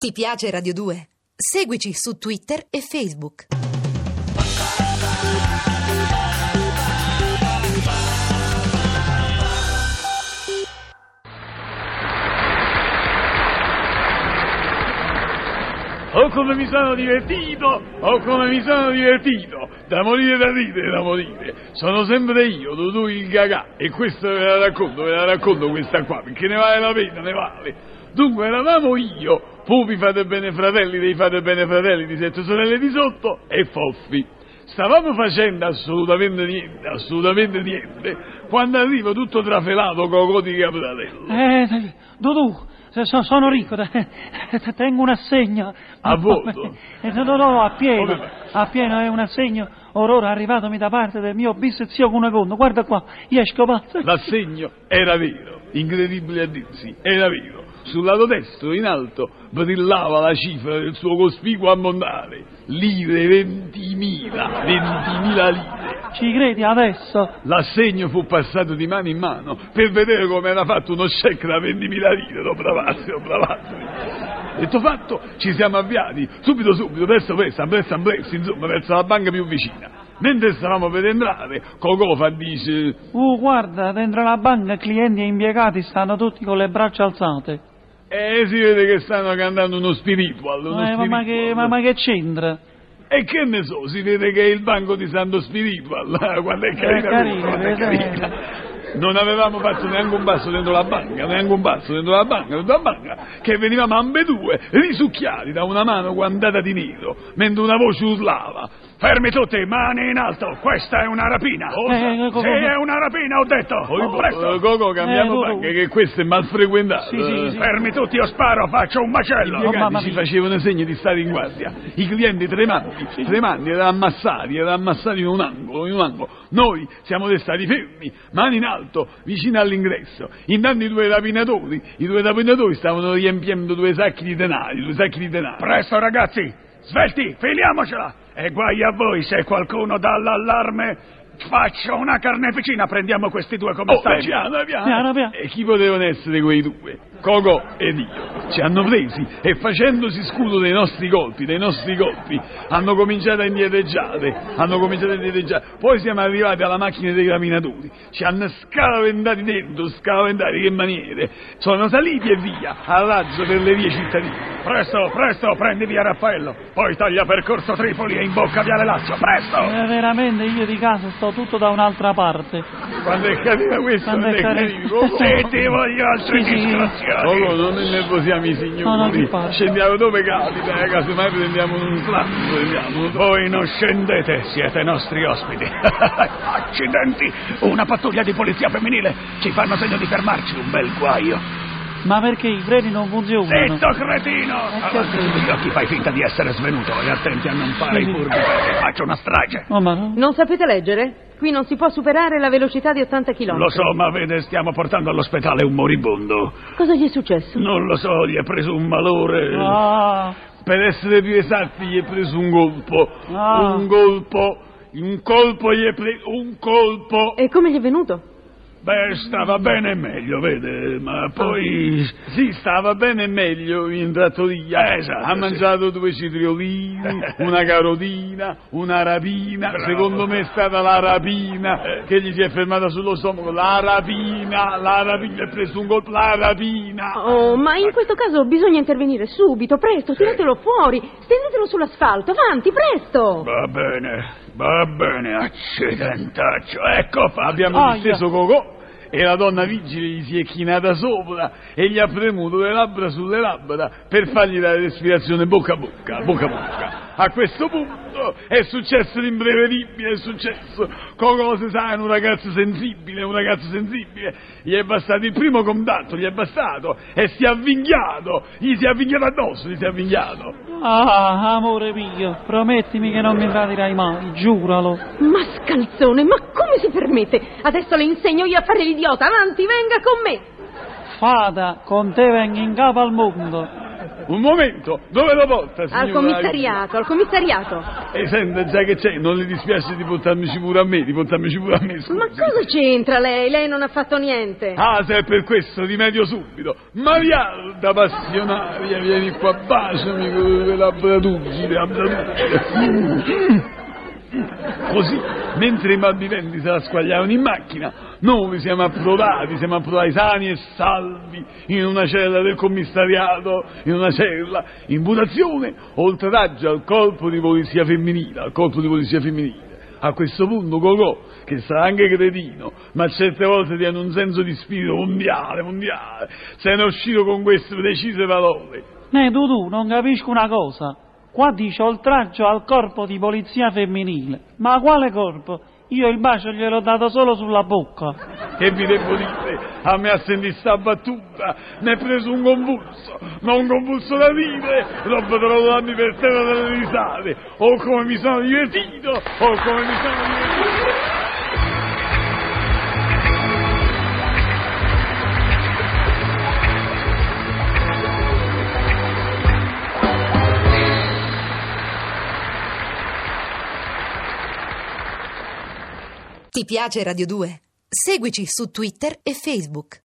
Ti piace Radio 2? Seguici su Twitter e Facebook. Oh, come mi sono divertito! Da morire da ridere, da morire. Sono sempre io, Dudu il Gagà, e questo ve la racconto questa qua, perché ne vale la pena, ne vale. Dunque, eravamo io, Pupi fate bene fratelli dei fate bene fratelli di 7 sorelle di sotto, e Foffi. Stavamo facendo assolutamente niente, quando arrivo tutto trafelato Cocò di Capratello. Dudu, sono ricco, tengo un assegno. A voto? No, a pieno è un assegno orora arrivatomi da parte del mio bis zio Cunegonno. Guarda qua, io esco pazzo. L'assegno era vero, incredibile a dirsi, era vero. Sul lato destro, in alto, brillava la cifra del suo cospicuo ammontare. Lire, 20.000 lire. Ci credi adesso? L'assegno fu passato di mano in mano per vedere come era fatto uno check da 20.000 lire. Lo bravassi. Detto fatto, ci siamo avviati, subito, presto, insomma, verso la banca più vicina. Mentre stavamo per entrare, Cocò dice... guarda, dentro la banca clienti e impiegati stanno tutti con le braccia alzate. Si vede che stanno cantando uno spiritual. Ma che c'entra? E che ne so, si vede che è il banco di Santo Spiritual. Quando è carina. Non avevamo fatto neanche un passo dentro la banca, che venivamo ambedue risucchiati da una mano guantata di nero, mentre una voce urlava: fermi tutti, mani in alto, questa è una rapina. Sì, è una rapina, ho detto. Presto. Cocò, cambiamo banca, che questo è mal frequentato. Sì. Fermi tutti, io sparo, faccio un macello. Gli impiegati ci facevano segni di stare in guardia. I clienti tremanti, erano ammassati in un angolo. Noi siamo restati fermi, mani in alto, vicino all'ingresso. Intanto i due rapinatori stavano riempiendo due sacchi di denari. Presto, ragazzi, svelti, filiamocela. E guai a voi se qualcuno dà l'allarme. Faccio una carneficina, prendiamo questi due come staggi. Piano. E chi potevano essere quei due? Cocò ed io. Ci hanno presi e facendosi scudo dei nostri colpi, hanno cominciato a indietreggiare. Poi siamo arrivati alla macchina dei rapinatori. Ci hanno scaraventati dentro, che maniere. Sono saliti e via, a razzo per le vie cittadine. Presto, prendi via Raffaello. Poi taglia percorso Tripoli e imbocca viale Lazio, presto! Veramente io di casa sto tutto da un'altra parte. Quando è carina questa, E ti voglio altri disgraziati. Non innervosiamo i signori. Scendiamo dove capita, casomai prendiamo un flash. Voi non scendete, siete nostri ospiti. Accidenti, una pattuglia di polizia femminile. Ci fanno segno di fermarci, un bel guaio. Ma perché i freni non funzionano? Zitto, cretino! Avanti gli occhi, fai finta di essere svenuto e attenti a non fare i furbi perché faccio una strage. Non sapete leggere? Qui non si può superare la velocità di 80 km. Lo so, ma vede, stiamo portando all'ospedale un moribondo. Cosa gli è successo? Non lo so, gli è preso un malore. Per essere più esatti, gli è preso un colpo. Un colpo. E come gli è venuto? Beh, stava bene e meglio, vede, ma poi... Sì, stava bene e meglio in trattoria. Esatto. Ha mangiato 2 cetriolini, una carotina, una rapina. Bravo. Secondo me è stata la rapina che gli si è fermata sullo stomaco. La rapina, gli ha preso un colpo, la rapina. Ma in questo caso bisogna intervenire subito, presto, tiratelo fuori, stendetelo sull'asfalto, avanti, presto. Va bene, accidentaccio. Ecco fatto. Abbiamo disteso Cocò e la donna vigile gli si è chinata sopra e gli ha premuto le labbra sulle labbra per fargli la respirazione bocca a bocca. A questo punto è successo l'imprevedibile, Cocò, si sa, è un ragazzo sensibile. Gli è bastato il primo contatto, e si è avvinghiato. Gli si è avvinghiato addosso. Amore mio, promettimi che non mi tradirai mai, giuralo. Ma scalzone, ma come si permette? Adesso le insegno io a fare l'idiota, avanti, venga con me. Fata, con te vengo in capo al mondo. un momento, dove lo porta, signora? Al commissariato. Senta, già che c'è, non le dispiace di portarmici pure a me, scusi. Ma cosa c'entra lei? Lei non ha fatto niente. Ah, se è per questo, rimedio subito. Marialda passionaria, vieni qua, baciami con le labbra turgide. Così, mentre i malviventi se la squagliavano in macchina, noi siamo approdati sani e salvi in una cella del commissariato, imputazione, oltraggio al corpo di polizia femminile. A questo punto Gogò, che sarà anche cretino, ma certe volte tiene un senso di spirito mondiale, se ne è uscito con queste precise parole. Tu, non capisco una cosa. Qua dice oltraggio al corpo di polizia femminile. Ma quale corpo? Io il bacio gliel'ho dato solo sulla bocca. Che vi devo dire? A me a sentire sta battuta mi è preso un convulso, ma un convulso da ridere, non potrò darmi per terra dalle risate, o come mi sono divertito. Ti piace Radio 2? Seguici su Twitter e Facebook.